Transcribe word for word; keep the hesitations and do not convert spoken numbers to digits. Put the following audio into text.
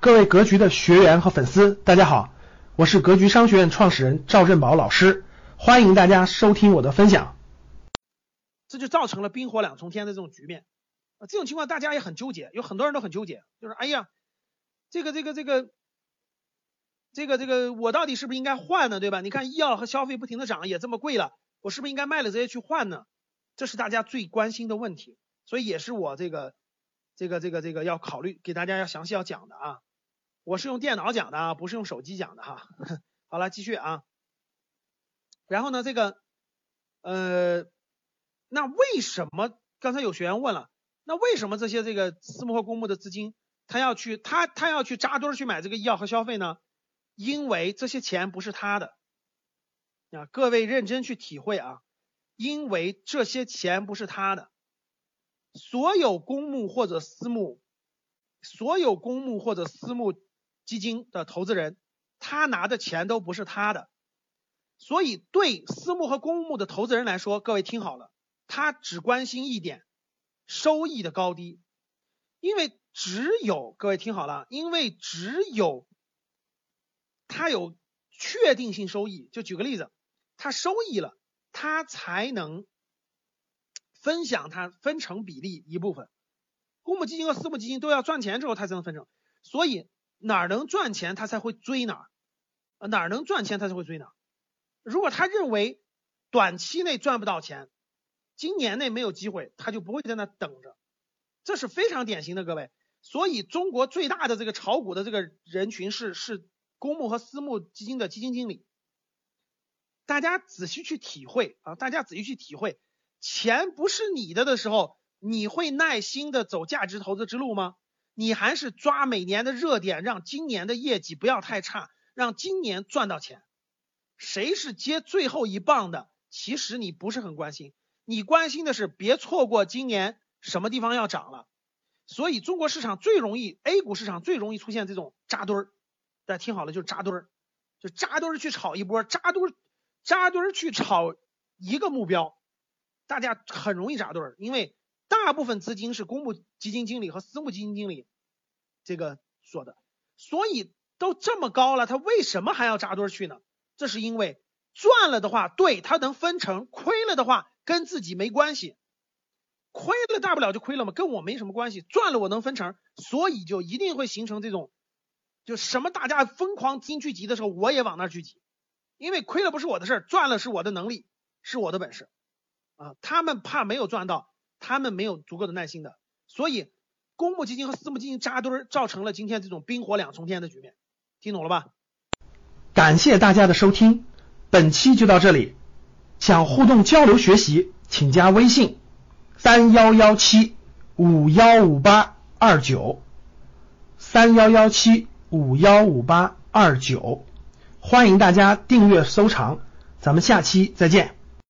各位格局的学员和粉丝，大家好，我是格局商学院创始人赵振宝老师，欢迎大家收听我的分享。 这就造成了冰火两重天的这种局面。啊，这种情况大家也很纠结，有很多人都很纠结，就是哎呀，这个这个这个这个这个我到底是不是应该换呢？对吧？你看医药和消费不停的涨，也这么贵了，我是不是应该卖了这些去换呢？这是大家最关心的问题，所以也是我这个这个这个这个要考虑给大家要详细要讲的啊。我是用电脑讲的啊，不是用手机讲的哈。好了，继续啊。然后呢，这个呃，那为什么刚才有学员问了，那为什么这些这个私募或公募的资金，他要去他他要去扎堆去买这个医药和消费呢？因为这些钱不是他的啊，各位认真去体会啊，因为这些钱不是他的。所有公募或者私募，所有公募或者私募基金的投资人，他拿的钱都不是他的。所以对私募和公募的投资人来说，各位听好了，他只关心一点，收益的高低。因为只有，各位听好了，因为只有他有确定性收益，就举个例子，他收益了，他才能分享他分成比例一部分。公募基金和私募基金都要赚钱之后他才能分成，所以哪儿能赚钱他才会追哪儿，哪儿能赚钱他才会追哪儿。如果他认为短期内赚不到钱，今年内没有机会，他就不会在那等着，这是非常典型的，各位。所以中国最大的这个炒股的这个人群是是公募和私募基金的基金经理。大家仔细去体会啊，大家仔细去体会，钱不是你的的时候，你会耐心的走价值投资之路吗？你还是抓每年的热点，让今年的业绩不要太差，让今年赚到钱。谁是接最后一棒的，其实你不是很关心，你关心的是别错过今年什么地方要涨了。所以中国市场最容易 A 股市场最容易出现这种扎堆儿，大家听好了，就是扎堆儿，就扎堆儿去炒一波，扎堆儿扎堆儿去炒一个目标，大家很容易扎堆儿，因为大部分资金是公募基金经理和私募基金经理这个说的，所以都这么高了，他为什么还要扎堆儿去呢？这是因为赚了的话，对，他能分成，亏了的话跟自己没关系，亏了大不了就亏了嘛，跟我没什么关系，赚了我能分成，所以就一定会形成这种，就什么大家疯狂金聚集的时候，我也往那儿聚集，因为亏了不是我的事儿，赚了是我的能力，是我的本事啊。他们怕没有赚到，他们没有足够的耐心的，所以公募基金和私募基金扎堆，造成了今天这种冰火两重天的局面，听懂了吧？ 感谢大家的收听，本期就到这里。想互动交流学习，请加微信三一一七五一五八二九三一一七五一五八二九，欢迎大家订阅收藏，咱们下期再见。